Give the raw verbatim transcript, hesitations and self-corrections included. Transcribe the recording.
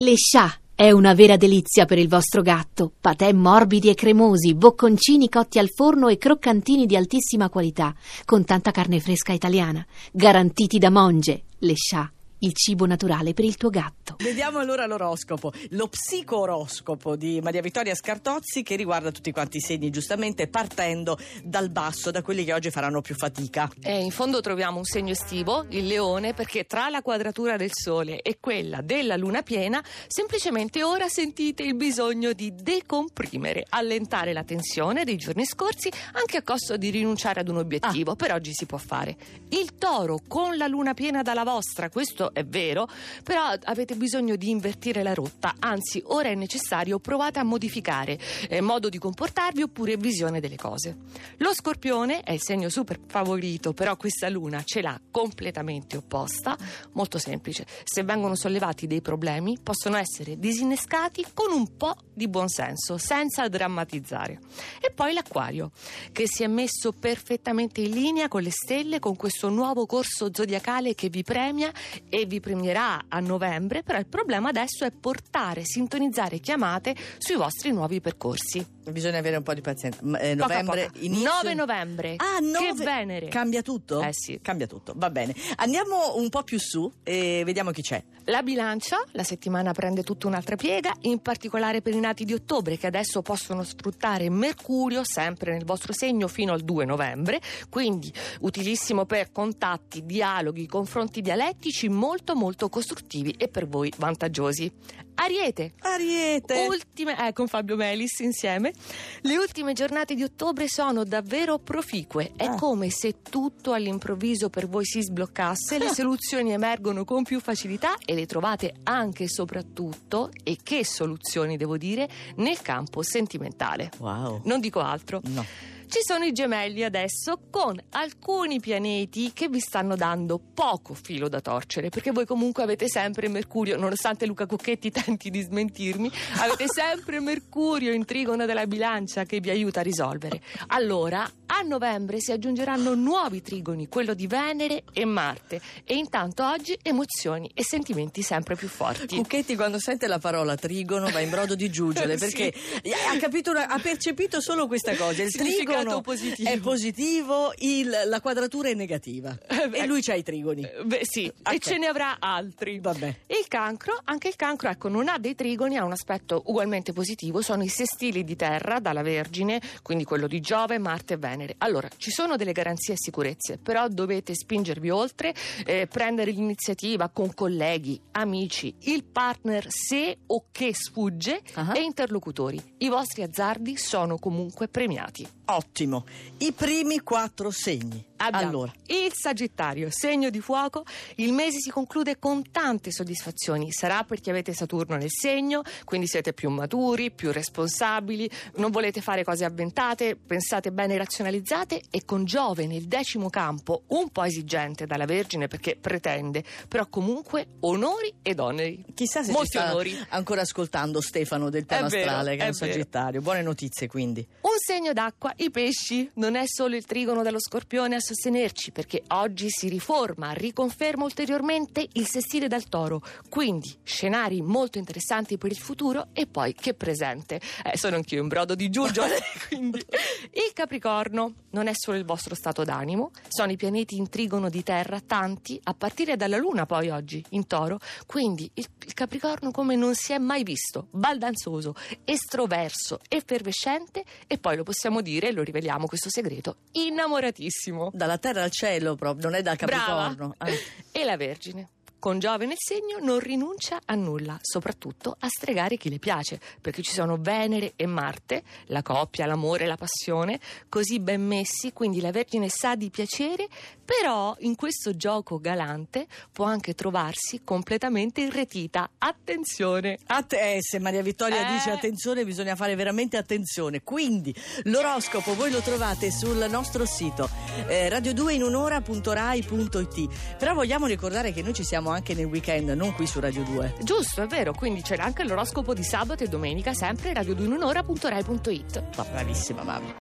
Le Scià è una vera delizia per il vostro gatto. Patè morbidi e cremosi, bocconcini cotti al forno e croccantini di altissima qualità, con tanta carne fresca italiana, garantiti da Monge. Le Scià, il cibo naturale per il tuo gatto. Vediamo allora l'oroscopo, lo psico-oroscopo di Maria Vittoria Scartozzi, che riguarda tutti quanti i segni, giustamente partendo dal basso, da quelli che oggi faranno più fatica. E in fondo troviamo un segno estivo, il leone, perché tra la quadratura del sole e quella della luna piena, semplicemente ora sentite il bisogno di decomprimere, allentare la tensione dei giorni scorsi, anche a costo di rinunciare ad un obiettivo. Ah. Per oggi si può fare. Il toro con la luna piena dalla vostra, questo è vero, però avete bisogno di invertire la rotta, anzi ora è necessario, provate a modificare eh, modo di comportarvi oppure visione delle cose. Lo scorpione è il segno super favorito, però questa luna ce l'ha completamente opposta. Molto semplice: se vengono sollevati dei problemi possono essere disinnescati con un po' di buonsenso, senza drammatizzare. E poi l'acquario, che si è messo perfettamente in linea con le stelle, con questo nuovo corso zodiacale che vi premia e vi premierà a novembre, però il problema adesso è portare, sintonizzare chiamate sui vostri nuovi percorsi. Bisogna avere un po' di pazienza. Eh, novembre, poca, poca. Inizio... nove novembre. Ah, nove... Che Venere. Cambia tutto? Eh sì. Cambia tutto, va bene. Andiamo un po' più su e vediamo chi c'è. La bilancia, la settimana prende tutta un'altra piega, in particolare per i nati di ottobre, che adesso possono sfruttare Mercurio sempre nel vostro segno fino al due novembre, quindi utilissimo per contatti, dialoghi, confronti dialettici molto molto costruttivi e per voi vantaggiosi. Ariete. Ariete. Ultime, eh, con Fabio Melis insieme. Le ultime giornate di ottobre sono davvero proficue. È ah. come se tutto all'improvviso per voi si sbloccasse, le soluzioni emergono con più facilità e le trovate anche e soprattutto, e che soluzioni devo dire, nel campo sentimentale. Wow. Non dico altro. No. Ci sono i gemelli adesso, con alcuni pianeti che vi stanno dando poco filo da torcere, perché voi comunque avete sempre Mercurio, nonostante Luca Cocchetti tenti di smentirmi, avete sempre Mercurio in trigono della bilancia che vi aiuta a risolvere. Allora, a novembre si aggiungeranno nuovi trigoni, quello di Venere e Marte, e intanto oggi emozioni e sentimenti sempre più forti. Cocchetti, quando sente la parola trigono, va in brodo di giuggiole, perché sì. ha capito una, ha percepito solo questa cosa: il trigono positivo. È positivo, il, la quadratura è negativa. Eh beh, e lui c'ha i trigoni. Beh, sì, okay. E ce ne avrà altri. Vabbè. Il cancro, anche il cancro, ecco, non ha dei trigoni, ha un aspetto ugualmente positivo. Sono i sestili di terra dalla Vergine, quindi quello di Giove, Marte e Venere. Allora, ci sono delle garanzie e sicurezze, però dovete spingervi oltre, eh, prendere l'iniziativa con colleghi, amici, il partner se o che sfugge uh-huh. e interlocutori. I vostri azzardi sono comunque premiati. Ottimo. I primi quattro segni. Abbiamo allora. il Sagittario, segno di fuoco. Il mese si conclude con tante soddisfazioni. Sarà perché avete Saturno nel segno, quindi siete più maturi, più responsabili, non volete fare cose avventate, pensate bene e razionalizzate, e con Giove nel decimo campo, un po' esigente dalla Vergine perché pretende, però comunque onori ed oneri. Chissà se molti ci sta onori. ancora ascoltando Stefano del piano È astrale, vero, che è un è vero. Sagittario. Buone notizie, quindi. Un segno d'acqua, i pesci. Non è solo il trigono dello Scorpione a sostenerci, perché oggi si riforma, riconferma ulteriormente il sestile dal Toro, quindi scenari molto interessanti per il futuro e poi che presente. Eh, sono anch'io in brodo di giuggiole. Quindi il Capricorno non è solo il vostro stato d'animo, sono i pianeti in trigono di terra, tanti, a partire dalla Luna poi oggi in Toro, quindi il, il Capricorno come non si è mai visto, baldanzoso, estroverso, effervescente, e poi lo possiamo dire, lo riveliamo questo segreto, innamoratissimo. Dalla terra al cielo proprio, non è dal Capricorno. Brava. Eh. E la Vergine, con Giove nel segno, non rinuncia a nulla, soprattutto a stregare chi le piace, perché ci sono Venere e Marte, la coppia, l'amore, la passione, così ben messi, quindi la Vergine sa di piacere, però in questo gioco galante può anche trovarsi completamente irretita. Attenzione! Att- eh, se Maria Vittoria eh. dice attenzione, bisogna fare veramente attenzione. Quindi l'oroscopo voi lo trovate sul nostro sito eh, radio due in un'ora punto rai punto it. Però vogliamo ricordare che noi ci siamo anche nel weekend, non qui su Radio due. Giusto, è vero, quindi c'era anche l'oroscopo di sabato e domenica, sempre radio due in un'ora punto rai punto it. Ma bravissima mamma.